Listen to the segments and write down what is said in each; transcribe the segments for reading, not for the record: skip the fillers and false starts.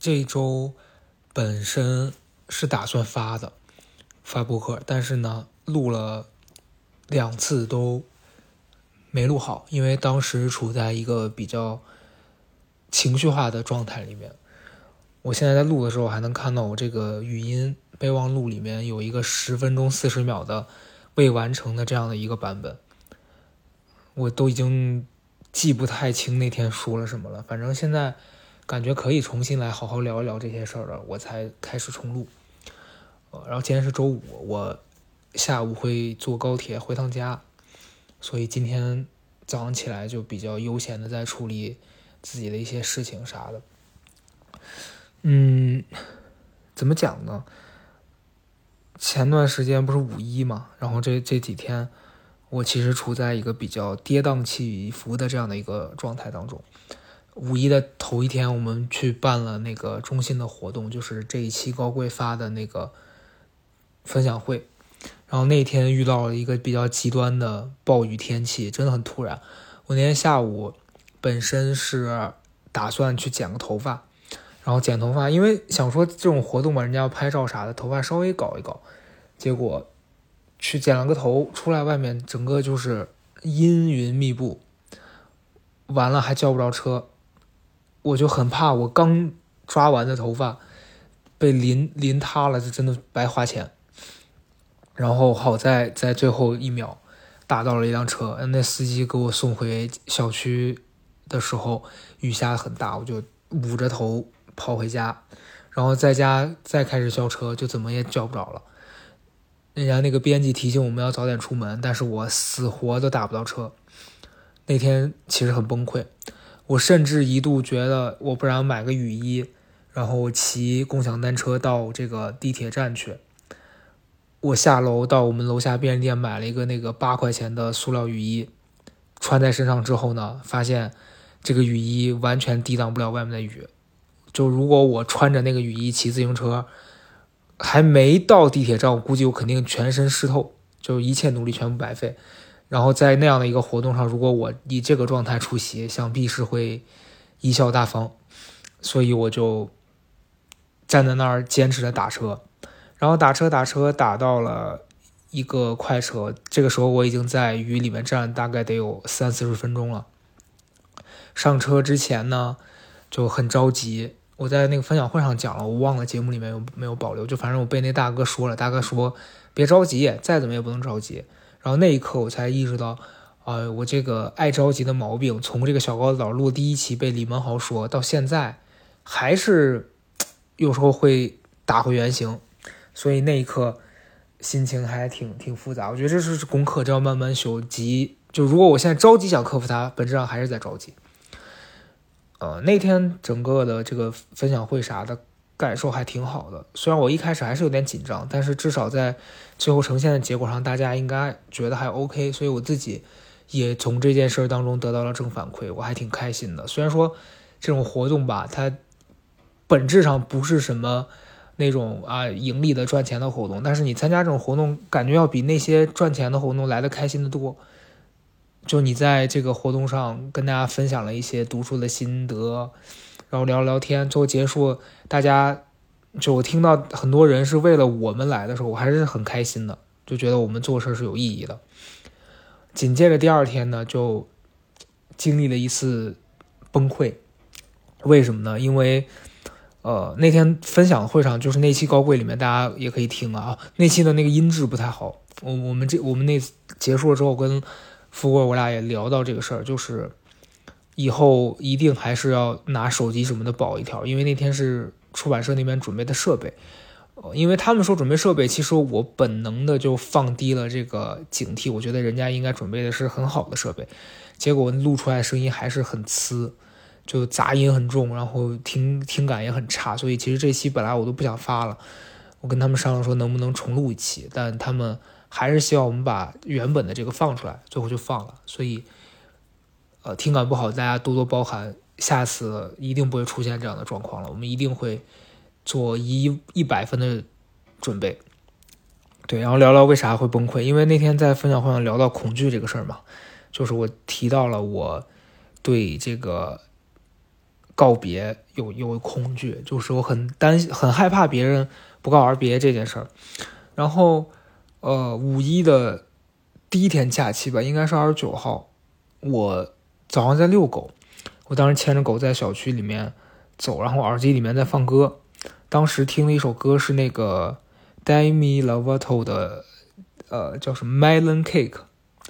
这一周本身是打算发播客，但是呢，录了2次都没录好，因为当时处在一个比较情绪化的状态里面。我现在在录的时候还能看到我这个语音备忘录里面有一个10分钟40秒的未完成的这样的一个版本，我都已经记不太清那天说了什么了，反正现在感觉可以重新来好好聊一聊这些事儿了，我才开始重录。然后今天是周五，我下午会坐高铁回趟家，所以今天早上起来就比较悠闲的在处理自己的一些事情啥的。怎么讲呢？前段时间不是五一嘛，然后这几天我其实处在一个比较跌宕起伏的这样的一个状态当中。五一的头一天，我们去办了那个中心的活动，就是这一期高贵发的那个分享会。然后那天遇到了一个比较极端的暴雨天气，真的很突然。我那天下午本身是打算去剪个头发，然后剪头发，因为想说这种活动嘛，人家要拍照啥的，头发稍微搞一搞。结果去剪了个头，出来外面整个就是阴云密布，完了还叫不着车。我就很怕我刚抓完的头发被淋塌了，这真的白花钱。然后好在最后一秒打到了一辆车，那司机给我送回小区的时候雨下很大，我就捂着头跑回家，然后在家再开始叫车，就怎么也叫不着了。人家那个编辑提醒我们要早点出门，但是我死活都打不到车。那天其实很崩溃，我甚至一度觉得我不然买个雨衣，然后骑共享单车到这个地铁站去。我下楼到我们楼下便利店买了一个那个8块钱的塑料雨衣，穿在身上之后呢，发现这个雨衣完全抵挡不了外面的雨。就如果我穿着那个雨衣骑自行车，还没到地铁站，我估计我肯定全身湿透，就一切努力全部白费。然后在那样的一个活动上，如果我以这个状态出席，想必是会贻笑大方。所以我就站在那儿坚持着打车，然后打车打到了一个快车，这个时候我已经在雨里面站大概得有30-40分钟了。上车之前呢就很着急，我在那个分享会上讲了，我忘了节目里面有没有保留，就反正我被那大哥说了，大哥说别着急，再怎么也不能着急。然后那一刻我才意识到我这个爱着急的毛病从这个小高岛录第1期被李文豪说到现在还是有时候会打回原形，所以那一刻心情还挺复杂。我觉得这是功课，这要慢慢修。就如果我现在着急想克服它，本质上还是在着急。那天整个的这个分享会啥的感受还挺好的，虽然我一开始还是有点紧张，但是至少在最后呈现的结果上大家应该觉得还 OK， 所以我自己也从这件事当中得到了正反馈，我还挺开心的。虽然说这种活动吧，它本质上不是什么那种盈利的赚钱的活动，但是你参加这种活动感觉要比那些赚钱的活动来得开心的多。就你在这个活动上跟大家分享了一些读书的心得，然后聊聊天，最后结束大家就我听到很多人是为了我们来的时候，我还是很开心的，就觉得我们做事是有意义的。紧接着第2天呢就经历了一次崩溃。为什么呢？因为那天分享会上，就是那期高贵里面大家也可以听那期的那个音质不太好。我们那结束了之后跟富贵我俩也聊到这个事儿，就是以后一定还是要拿手机什么的保一条，因为那天是出版社那边准备的设备。因为他们说准备设备，其实我本能的就放低了这个警惕，我觉得人家应该准备的是很好的设备，结果录出来声音还是很呲，就杂音很重，然后听感也很差，所以其实这期本来我都不想发了，我跟他们商量说能不能重录一期，但他们还是希望我们把原本的这个放出来，最后就放了。所以听感不好大家多多包涵，下次一定不会出现这样的状况了，我们一定会做100分的准备。对，然后聊聊为啥会崩溃，因为那天在分享会上聊到恐惧这个事儿嘛，就是我提到了我对这个告别有恐惧，就是我很很害怕别人不告而别这件事儿。然后五一的第一天假期吧，应该是29号，我早上在遛狗，我当时牵着狗在小区里面走，然后耳机里面在放歌，当时听了一首歌是那个 Demi Lovato 的叫什么 Melon Cake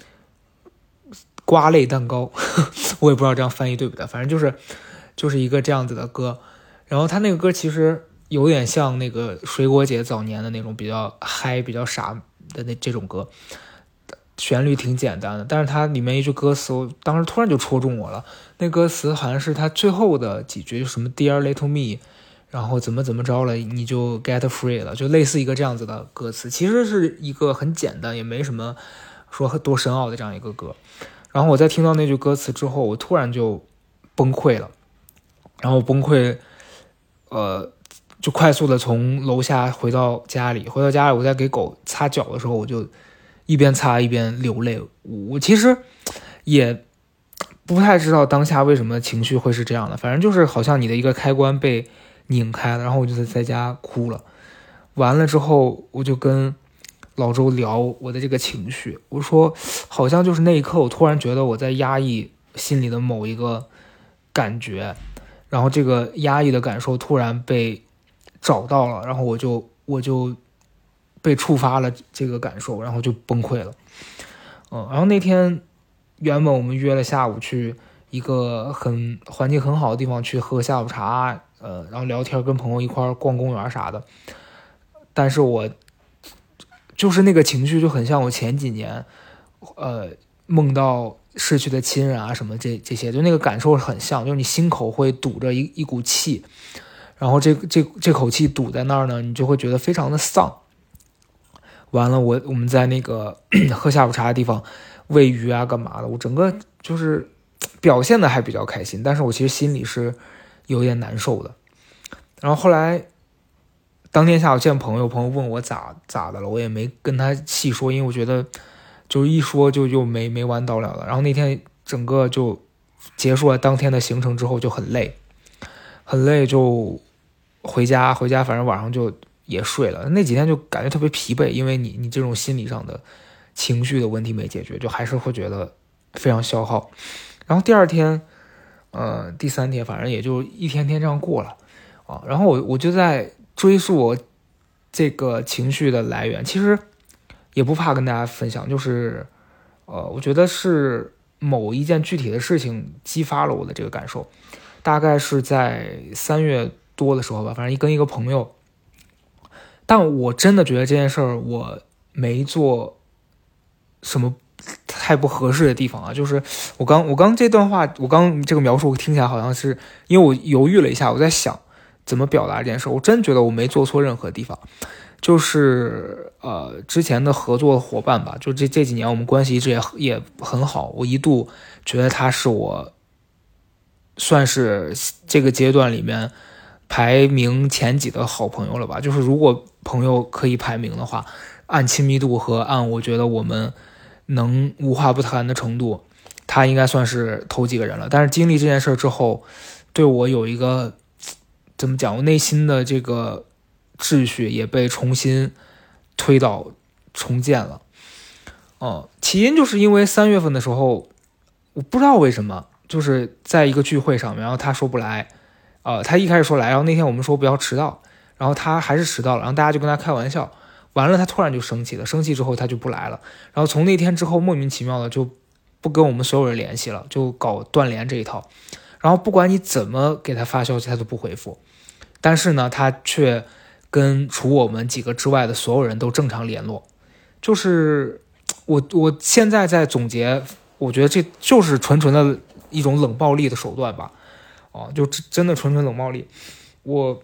瓜类蛋糕我也不知道这样翻译对不对，反正就是一个这样子的歌。然后他那个歌其实有点像那个水果姐早年的那种比较嗨比较傻的这种歌，旋律挺简单的，但是它里面一句歌词我当时突然就戳中我了。那歌词好像是他最后的几句，就什么 Dear Little Me， 然后怎么着了你就 get free 了，就类似一个这样子的歌词，其实是一个很简单也没什么说多深奥的这样一个歌。然后我在听到那句歌词之后，我突然就崩溃了，然后崩溃就快速的从楼下回到家里，我在给狗擦脚的时候，我就一边擦一边流泪。我其实也不太知道当下为什么情绪会是这样的，反正就是好像你的一个开关被拧开了，然后我就在家哭了。完了之后我就跟老周聊我的这个情绪，我说好像就是那一刻我突然觉得我在压抑心里的某一个感觉，然后这个压抑的感受突然被找到了，然后我就被触发了这个感受，然后就崩溃了。然后那天原本我们约了下午去一个环境很好的地方去喝下午茶，然后聊天，跟朋友一块逛公园啥的。但是我就是那个情绪就很像我前几年，梦到逝去的亲人啊什么这些，就那个感受很像，就是你心口会堵着一股气，然后这口气堵在那儿呢，你就会觉得非常的丧。完了，我们在那个喝下午茶的地方喂鱼啊干嘛的，我整个就是表现的还比较开心，但是我其实心里是有点难受的。然后后来当天下午见朋友问我咋的了，我也没跟他细说，因为我觉得就一说就没完到了。然后那天整个就结束了当天的行程之后就很累，就回家反正晚上就也睡了。那几天就感觉特别疲惫，因为你这种心理上的情绪的问题没解决，就还是会觉得非常消耗。然后第二天第三天反正也就一天天这样过了啊。然后我就在追溯我这个情绪的来源，其实也不怕跟大家分享，就是我觉得是某一件具体的事情激发了我的这个感受。大概是在3月多的时候吧，反正跟一个朋友，但我真的觉得这件事儿我没做什么太不合适的地方啊。就是我刚这段话，我刚这个描述听起来好像是因为我犹豫了一下，我在想怎么表达这件事，我真觉得我没做错任何地方。就是之前的合作伙伴吧，就这几年我们关系一直也很好，我一度觉得他是我算是这个阶段里面排名前几的好朋友了吧。就是如果朋友可以排名的话，按亲密度和按我觉得我们能无话不谈的程度，他应该算是头几个人了。但是经历这件事之后，对我有一个怎么讲，我内心的这个秩序也被重新推倒重建了。起因就是因为3月份的时候，我不知道为什么，就是在一个聚会上面，然后他说不来，他一开始说来，然后那天我们说不要迟到，然后他还是迟到了，然后大家就跟他开玩笑，完了他突然就生气了，生气之后他就不来了，然后从那天之后莫名其妙的就不跟我们所有人联系了，就搞断联这一套，然后不管你怎么给他发消息他都不回复，但是呢他却跟除我们几个之外的所有人都正常联络。就是我现在在总结，我觉得这就是纯纯的一种冷暴力的手段吧。就真的纯冷暴力。我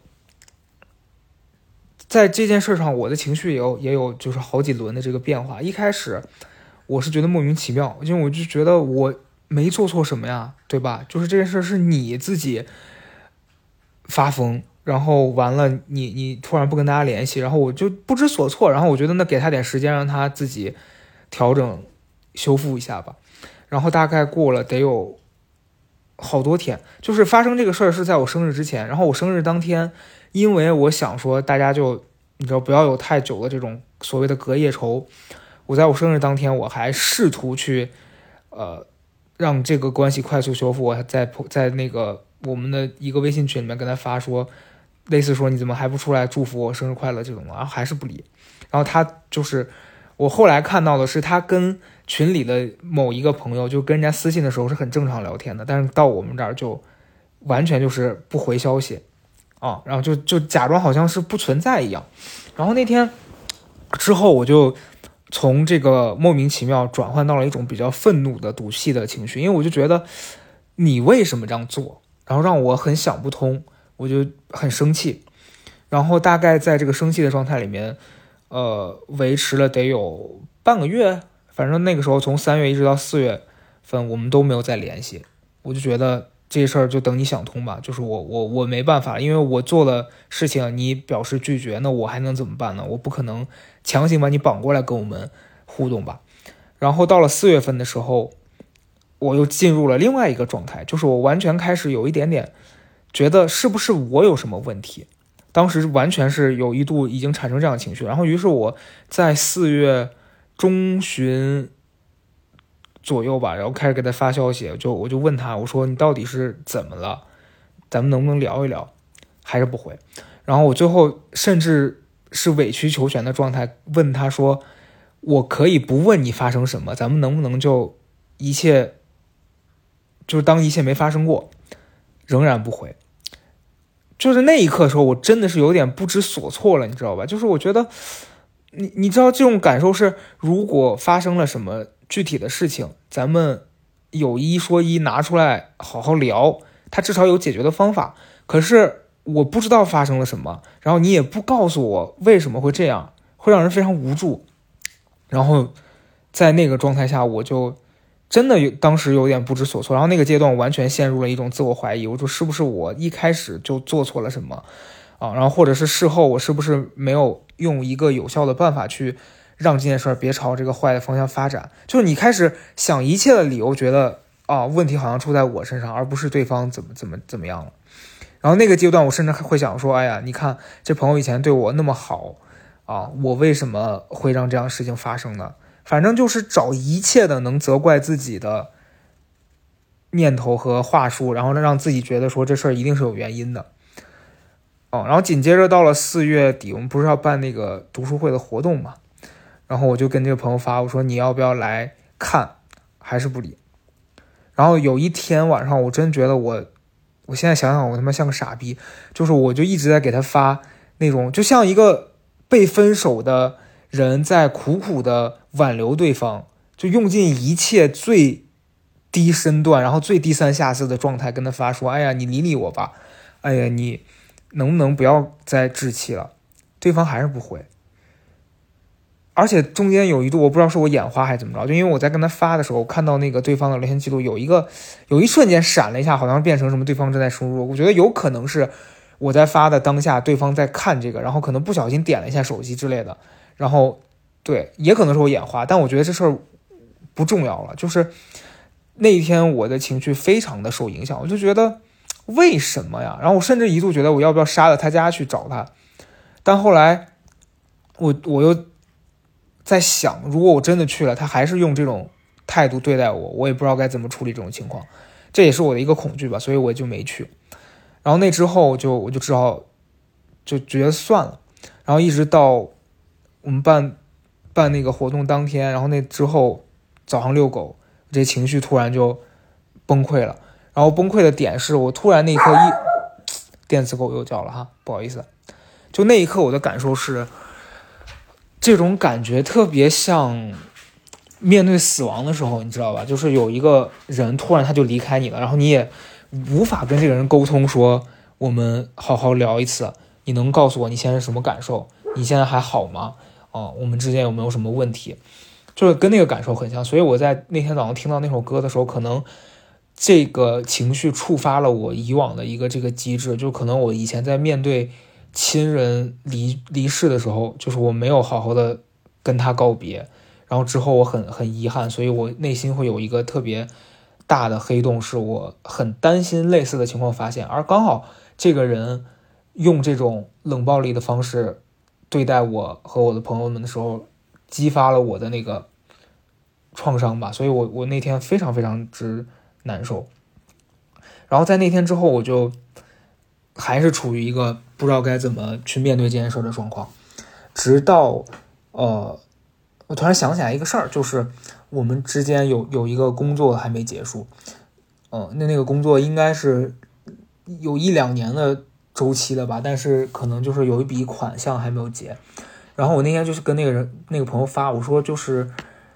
在这件事上我的情绪也有就是好几轮的这个变化。一开始我是觉得莫名其妙，因为我就觉得我没做错什么呀，对吧？就是这件事是你自己发疯，然后完了你突然不跟大家联系，然后我就不知所措，然后我觉得那给他点时间让他自己调整修复一下吧。然后大概过了得有好多天，就是发生这个事儿是在我生日之前，然后我生日当天，因为我想说大家就你知道不要有太久的这种所谓的隔夜仇，我在我生日当天我还试图去让这个关系快速修复，我还在那个我们的一个微信群里面跟他发说，类似说你怎么还不出来祝福我生日快乐这种的，然后还是不理。然后他就是我后来看到的是他跟群里的某一个朋友就跟人家私信的时候是很正常聊天的，但是到我们这儿就完全就是不回消息啊，然后就假装好像是不存在一样。然后那天之后我就从这个莫名其妙转换到了一种比较愤怒的赌气的情绪，因为我就觉得你为什么这样做，然后让我很想不通，我就很生气。然后大概在这个生气的状态里面维持了得有半个月，反正那个时候从3月一直到4月份我们都没有再联系。我就觉得这事儿就等你想通吧，就是我没办法，因为我做了事情你表示拒绝，那我还能怎么办呢？我不可能强行把你绑过来跟我们互动吧。然后到了4月份的时候，我又进入了另外一个状态，就是我完全开始有一点点觉得是不是我有什么问题，当时完全是有一度已经产生这样的情绪。然后于是我在4月中旬左右吧，然后开始给他发消息，我就问他，我说你到底是怎么了，咱们能不能聊一聊？还是不回。然后我最后甚至是委曲求全的状态问他说，我可以不问你发生什么，咱们能不能就一切就是当一切没发生过？仍然不回。就是那一刻的时候，我真的是有点不知所措了，你知道吧？就是我觉得你知道这种感受是，如果发生了什么具体的事情，咱们有一说一，拿出来好好聊，它至少有解决的方法。可是我不知道发生了什么，然后你也不告诉我为什么会这样，会让人非常无助。然后在那个状态下，我就真的当时有点不知所措。然后那个阶段我完全陷入了一种自我怀疑，我说是不是我一开始就做错了什么啊？然后或者是事后我是不是没有用一个有效的办法去让这件事别朝这个坏的方向发展？就是你开始想一切的理由，觉得问题好像出在我身上，而不是对方怎么样了。然后那个阶段我甚至会想说，哎呀，你看这朋友以前对我那么好啊，我为什么会让这样的事情发生呢？反正就是找一切的能责怪自己的念头和话术，然后让自己觉得说这事儿一定是有原因的。然后紧接着到了4月底，我们不是要办那个读书会的活动嘛，然后我就跟这个朋友发，我说你要不要来看？还是不理。然后有一天晚上，我真觉得我现在想想我他妈像个傻逼，就是我就一直在给他发那种就像一个被分手的人在苦苦的挽留对方，就用尽一切最低身段然后最低三下四的状态跟他发说，哎呀你理理我吧，哎呀你能不能不要再置气了？对方还是不回。而且中间有一度我不知道是我眼花还是怎么着，就因为我在跟他发的时候看到那个对方的聊天记录有一瞬间闪了一下，好像变成什么对方正在输入，我觉得有可能是我在发的当下对方在看这个，然后可能不小心点了一下手机之类的，然后对，也可能是我眼花，但我觉得这事儿不重要了。就是那一天我的情绪非常的受影响，我就觉得为什么呀？然后我甚至一度觉得我要不要杀了他家去找他，但后来我又在想，如果我真的去了，他还是用这种态度对待我，我也不知道该怎么处理这种情况，这也是我的一个恐惧吧，所以我就没去。然后那之后我就只好就觉得算了，然后一直到我们办那个活动当天，然后那之后早上遛狗，这情绪突然就崩溃了。然后崩溃的点是我突然那一刻电子狗又叫了哈，不好意思。就那一刻我的感受是，这种感觉特别像面对死亡的时候，你知道吧？就是有一个人突然他就离开你了，然后你也无法跟这个人沟通说我们好好聊一次，你能告诉我你现在是什么感受？你现在还好吗？我们之间有没有什么问题？就是跟那个感受很像。所以我在那天早上听到那首歌的时候，可能这个情绪触发了我以往的一个这个机制，就可能我以前在面对亲人离世的时候，就是我没有好好的跟他告别，然后之后我很遗憾，所以我内心会有一个特别大的黑洞是我很担心类似的情况发现，而刚好这个人用这种冷暴力的方式对待我和我的朋友们的时候，激发了我的那个创伤吧，所以我那天非常非常之难受。然后在那天之后，我就还是处于一个不知道该怎么去面对这件事的状况，直到我突然想起来一个事儿，就是我们之间有一个工作还没结束，那个工作应该是有1-2年的周期了吧，但是可能就是有一笔款项还没有结。然后我那天就是跟那个朋友发，我说就是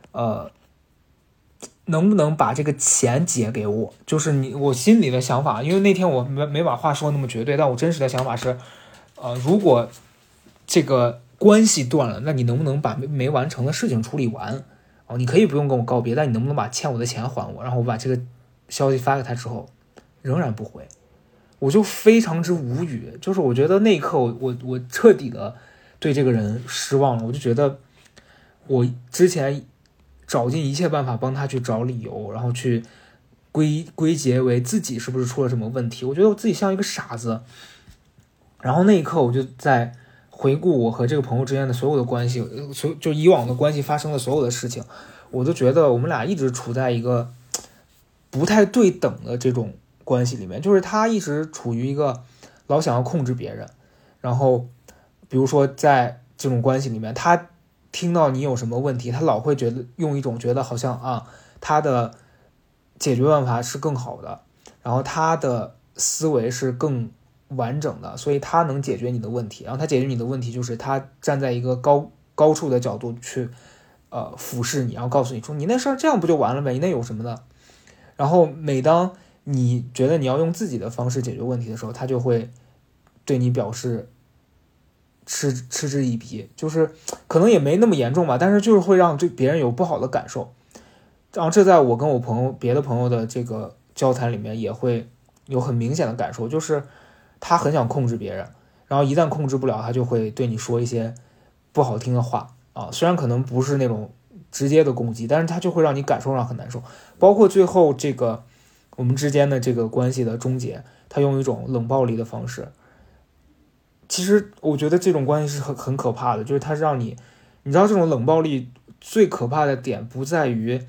能不能把这个钱结给我？就是我心里的想法，因为那天我没把话说那么绝对，但我真实的想法是，如果这个关系断了，那你能不能把没完成的事情处理完？你可以不用跟我告别，但你能不能把欠我的钱还我？然后我把这个消息发给他之后，仍然不回，我就非常之无语。就是我觉得那一刻我彻底的对这个人失望了，我就觉得我之前找尽一切办法帮他去找理由，然后去归结为自己是不是出了什么问题，我觉得我自己像一个傻子。然后那一刻我就在回顾我和这个朋友之间的所有的关系，就以往的关系发生的所有的事情，我都觉得我们俩一直处在一个不太对等的这种关系里面，就是他一直处于一个老想要控制别人，然后比如说在这种关系里面，他听到你有什么问题，他老会觉得用一种觉得好像他的解决办法是更好的，然后他的思维是更完整的，所以他能解决你的问题。然后他解决你的问题就是他站在一个高处的角度去俯视你，然后告诉你说你那事儿这样不就完了呗，你那有什么的。然后每当你觉得你要用自己的方式解决问题的时候，他就会对你表示嗤之以鼻，就是可能也没那么严重吧，但是就是会让对别人有不好的感受。然后这在我跟我别的朋友的这个交谈里面也会有很明显的感受，就是他很想控制别人，然后一旦控制不了，他就会对你说一些不好听的话虽然可能不是那种直接的攻击，但是他就会让你感受上很难受。包括最后这个我们之间的这个关系的终结，他用一种冷暴力的方式。其实我觉得这种关系是很可怕的，就是他让你知道这种冷暴力最可怕的点不在于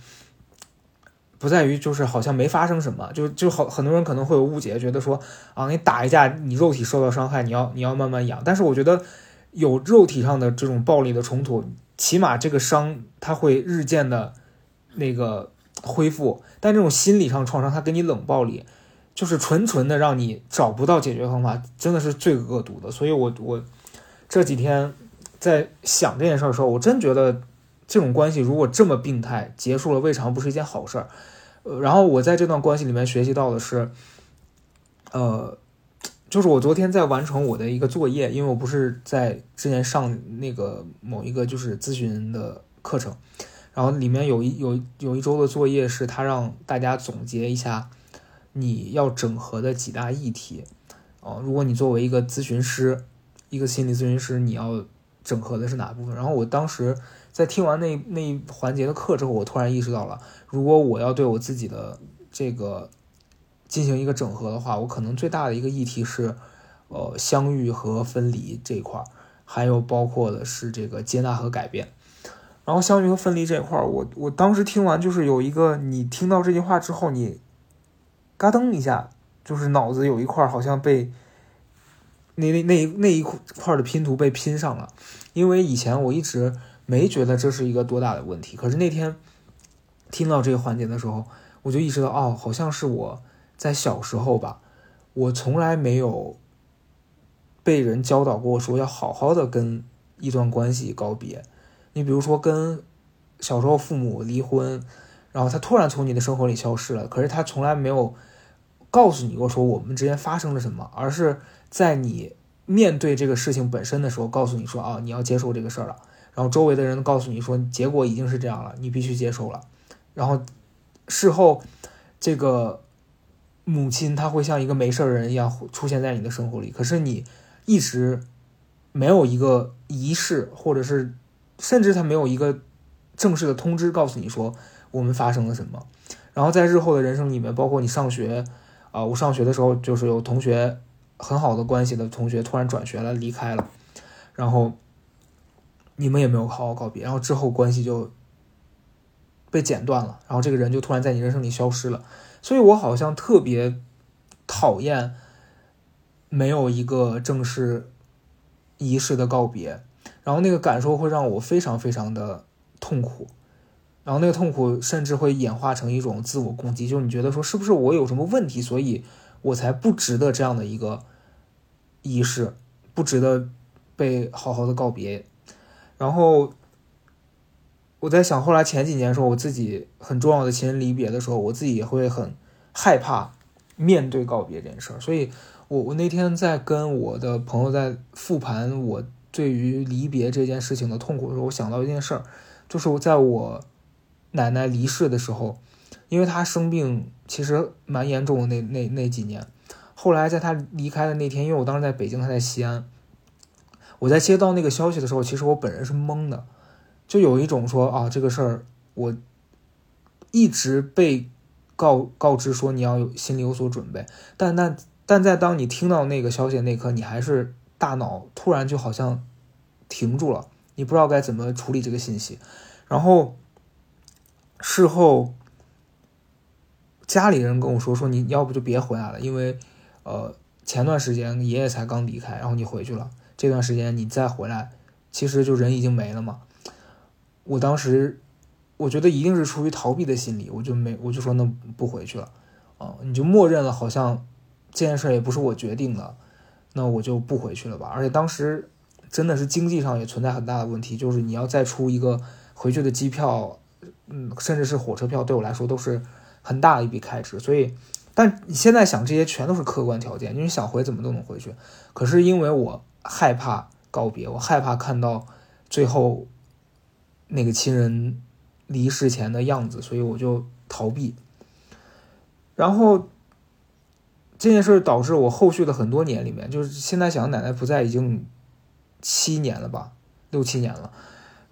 就是好像没发生什么，就很多人可能会有误解，觉得说你打一架你肉体受到伤害，你要慢慢养。但是我觉得有肉体上的这种暴力的冲突，起码这个伤它会日渐的那个恢复，但这种心理上创伤它给你冷暴力，就是纯的让你找不到解决方法，真的是最恶毒的。所以我这几天在想这件事的时候，我真觉得这种关系如果这么病态结束了，未尝不是一件好事儿。然后我在这段关系里面学习到的是就是我昨天在完成我的一个作业，因为我不是在之前上那个某一个就是咨询的课程，然后里面有一周的作业是他让大家总结一下你要整合的几大议题如果你作为一个咨询师，一个心理咨询师，你要整合的是哪部分。然后我当时在听完那一环节的课之后，我突然意识到了，如果我要对我自己的这个进行一个整合的话，我可能最大的一个议题是相遇和分离这一块，还有包括的是这个接纳和改变。然后相遇和分离这一块，我当时听完就是有一个，你听到这句话之后，你嘎噔一下，就是脑子有一块好像被那一块的拼图被拼上了。因为以前我一直没觉得这是一个多大的问题，可是那天听到这个环节的时候，我就意识到好像是我在小时候吧，我从来没有被人教导过说要好好的跟一段关系告别。你比如说跟小时候父母离婚，然后他突然从你的生活里消失了，可是他从来没有告诉你过说我们之间发生了什么，而是在你面对这个事情本身的时候告诉你说你要接受这个事儿了，然后周围的人告诉你说结果已经是这样了，你必须接受了。然后事后这个母亲她会像一个没事人一样出现在你的生活里，可是你一直没有一个仪式，或者是甚至他没有一个正式的通知告诉你说我们发生了什么。然然后在日后的人生里面，包括你上学我上学的时候就是有同学很好的关系的同学突然转学了离开了，然后你们也没有好好告别，然后之后关系就被剪断了，然后这个人就突然在你人生里消失了。所以我好像特别讨厌没有一个正式仪式的告别，然后那个感受会让我非常非常的痛苦，然后那个痛苦甚至会演化成一种自我攻击，就是你觉得说是不是我有什么问题，所以我才不值得这样的一个仪式，不值得被好好的告别。然后我在想，后来前几年的时候，我自己很重要的亲人离别的时候，我自己也会很害怕面对告别这件事儿。所以我那天在跟我的朋友在复盘我对于离别这件事情的痛苦的时候，我想到一件事儿，就是我在我奶奶离世的时候，因为她生病其实蛮严重的那几年，后来在她离开的那天，因为我当时在北京，她在西安，我在接到那个消息的时候，其实我本人是懵的，就有一种说啊，这个事儿我一直被告知说你要有心里有所准备，但在当你听到那个消息的那一刻，你还是大脑突然就好像停住了，你不知道该怎么处理这个信息。然后事后家里人跟我说你要不就别回来了，因为前段时间爷爷才刚离开，然后你回去了，这段时间你再回来其实就人已经没了嘛。我当时我觉得一定是出于逃避的心理，我就说那不回去了你就默认了好像这件事也不是我决定的，那我就不回去了吧。而且当时真的是经济上也存在很大的问题，就是你要再出一个回去的机票甚至是火车票，对我来说都是很大的一笔开支。所以但你现在想这些全都是客观条件，因为想回怎么都能回去，可是因为我害怕告别，我害怕看到最后那个亲人离世前的样子，所以我就逃避。然后这件事导致我后续的很多年里面，就是现在想奶奶不在已经7年了吧，6、7年了，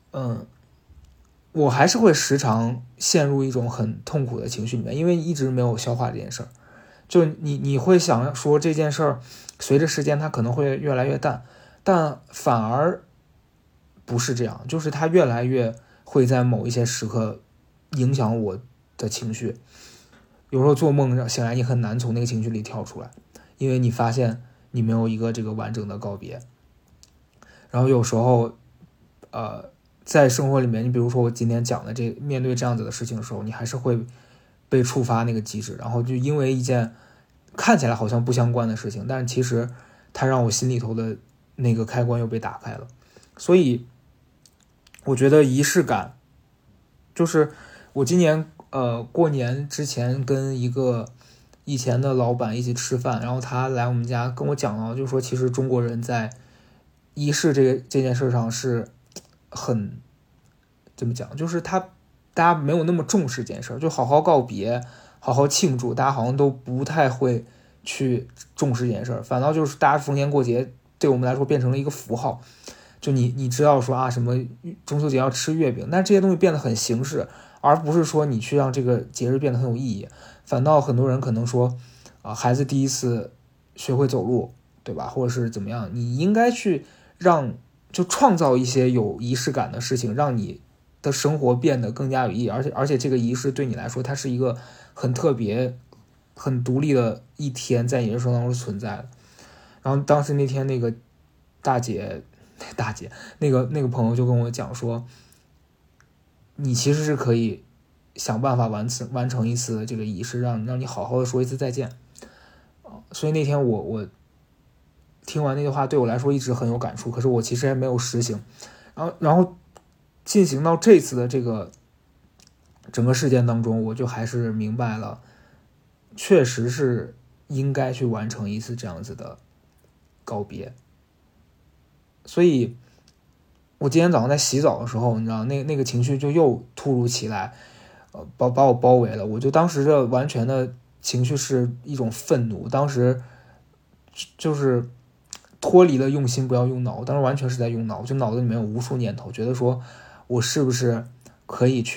我还是会时常陷入一种很痛苦的情绪里面，因为一直没有消化这件事儿。就你会想说这件事儿随着时间它可能会越来越淡，但反而不是这样，就是它越来越会在某一些时刻影响我的情绪。有时候做梦醒来你很难从那个情绪里跳出来，因为你发现你没有一个这个完整的告别。然后有时候在生活里面，你比如说我今天讲的面对这样子的事情的时候，你还是会被触发那个机制，然后就因为一件看起来好像不相关的事情，但是其实它让我心里头的那个开关又被打开了。所以我觉得仪式感就是我今年过年之前跟一个以前的老板一起吃饭，然后他来我们家跟我讲到，就是说其实中国人在仪式这件事上是很怎么讲，就是大家没有那么重视这件事，就好好告别好好庆祝，大家好像都不太会去重视这件事，反倒就是大家逢年过节对我们来说变成了一个符号。就你知道说啊什么中秋节要吃月饼，但这些东西变得很形式，而不是说你去让这个节日变得很有意义。反倒很多人可能说孩子第一次学会走路，对吧，或者是怎么样，你应该去就创造一些有仪式感的事情，让你的生活变得更加有意义。而且这个仪式对你来说它是一个很特别很独立的一天，在你人生当中存在的。然后当时那天那个大姐那个朋友就跟我讲说，你其实是可以想办法完成一次这个仪式，让你好好的说一次再见。所以那天我听完那句话对我来说一直很有感触，可是我其实还没有实行。然后进行到这次的这个整个事件当中，我就还是明白了，确实是应该去完成一次这样子的告别。所以我今天早上在洗澡的时候，你知道那个情绪就又突如其来把我包围了。我就当时的完全的情绪是一种愤怒，当时就是脱离了用心不要用脑，当时完全是在用脑，就脑子里面有无数念头，觉得说我是不是可以去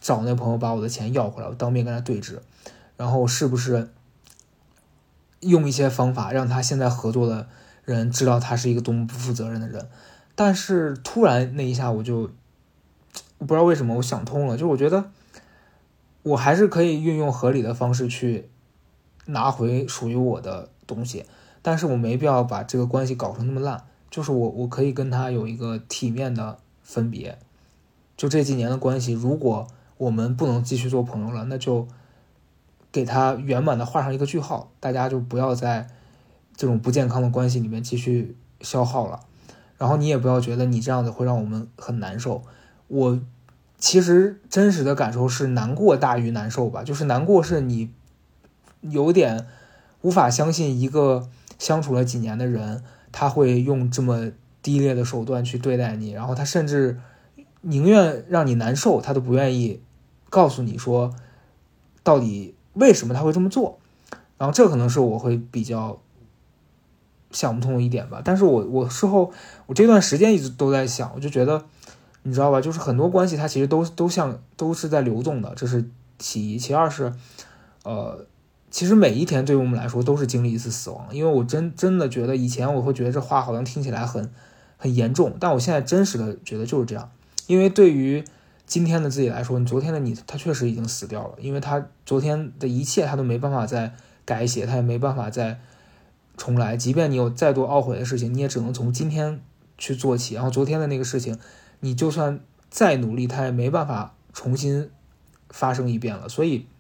找那朋友把我的钱要回来，我当面跟他对质，然后是不是用一些方法让他现在合作的人知道他是一个多么不负责任的人。但是突然那一下我不知道为什么我想通了，就是我觉得我还是可以运用合理的方式去拿回属于我的东西，但是我没必要把这个关系搞成那么烂，就是我可以跟他有一个体面的分别。就这几年的关系，如果我们不能继续做朋友了，那就给他圆满的画上一个句号，大家就不要在这种不健康的关系里面继续消耗了。然后你也不要觉得你这样子会让我们很难受。我其实真实的感受是难过大于难受吧，就是难过是你有点无法相信一个相处了几年的人他会用这么低劣的手段去对待你，然后他甚至宁愿让你难受，他都不愿意告诉你说到底为什么他会这么做。然后这可能是我会比较想不通的一点吧。但是我事后我这段时间一直都在想，我就觉得你知道吧，就是很多关系它其实都是在流动的，这是其一。其二是其实每一天对于我们来说都是经历一次死亡。因为我真的觉得以前我会觉得这话好像听起来很严重，但我现在真实的觉得就是这样。因为对于今天的自己来说，你昨天的你他确实已经死掉了，因为他昨天的一切他都没办法再改写，他也没办法再重来。即便你有再多懊悔的事情，你也只能从今天去做起，然后昨天的那个事情你就算再努力他也没办法重新发生一遍了。所以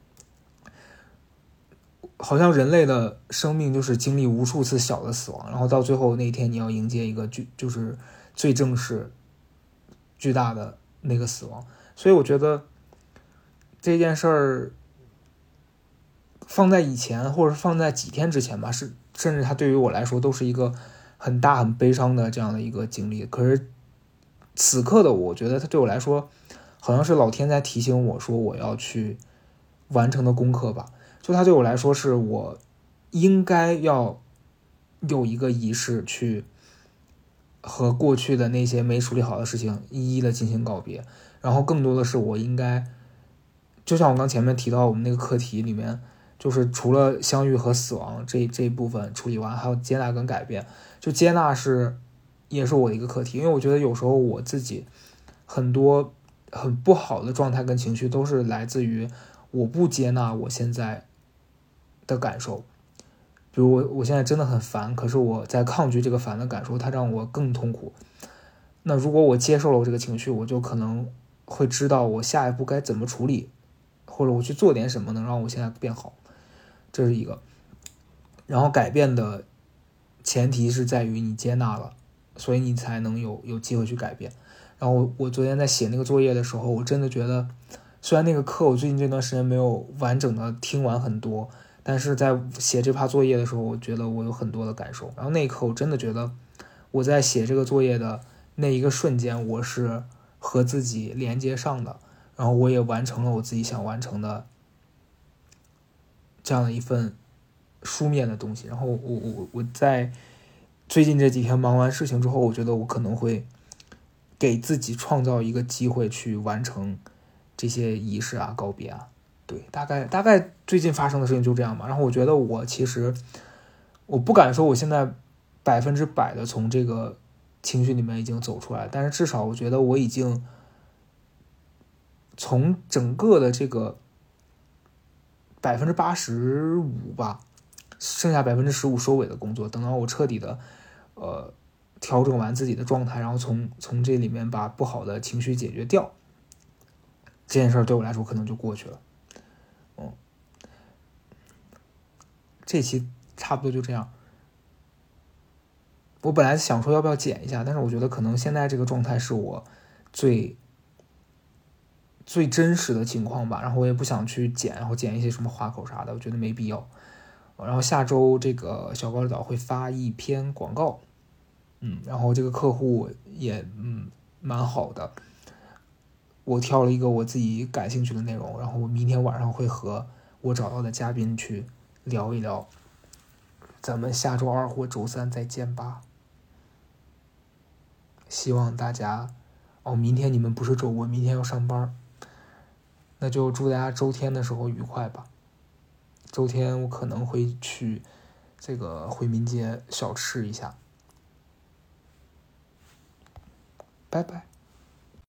好像人类的生命就是经历无数次小的死亡，然后到最后那一天你要迎接一个就是最正式巨大的那个死亡。所以我觉得这件事儿放在以前或者放在几天之前吧，甚至它对于我来说都是一个很大很悲伤的这样的一个经历。可是此刻的我觉得它对我来说好像是老天在提醒我说我要去完成的功课吧。就它对我来说是我应该要有一个仪式去和过去的那些没处理好的事情一一的进行告别。然后更多的是我应该就像我刚前面提到我们那个课题里面，就是除了相遇和死亡这一部分处理完，还有接纳跟改变。就接纳也是我的一个课题，因为我觉得有时候我自己很多很不好的状态跟情绪都是来自于我不接纳我现在的感受。比如我现在真的很烦，可是我在抗拒这个烦的感受，它让我更痛苦。那如果我接受了我这个情绪，我就可能会知道我下一步该怎么处理，或者我去做点什么能让我现在变好。这是一个。然后改变的前提是在于你接纳了，所以你才能有机会去改变。然后我昨天在写那个作业的时候，我真的觉得虽然那个课我最近这段时间没有完整的听完很多，但是在写这趴作业的时候，我觉得我有很多的感受。然后那一刻我真的觉得我在写这个作业的那一个瞬间，我是和自己连接上的，然后我也完成了我自己想完成的这样的一份书面的东西。然后我在最近这几天忙完事情之后，我觉得我可能会给自己创造一个机会去完成这些仪式啊、告别啊。对，大概最近发生的事情就这样吧。然后我觉得其实我不敢说我现在100%的从这个情绪里面已经走出来，但是至少我觉得我已经从整个的这个85%吧，剩下15%收尾的工作，等到我彻底的调整完自己的状态，然后从这里面把不好的情绪解决掉，这件事对我来说可能就过去了。这期差不多就这样。我本来想说要不要剪一下，但是我觉得可能现在这个状态是我最真实的情况吧，然后我也不想去剪，然后剪一些什么话口啥的，我觉得没必要。然后下周这个小高岛会发一篇广告，然后这个客户也蛮好的，我挑了一个我自己感兴趣的内容，然后我明天晚上会和我找到的嘉宾去聊一聊，咱们下周2或周3再见吧。希望大家明天你们不是周五，明天要上班， 那就祝大家周天的时候愉快吧。周天我可能会去这个回民街小吃一下。拜拜。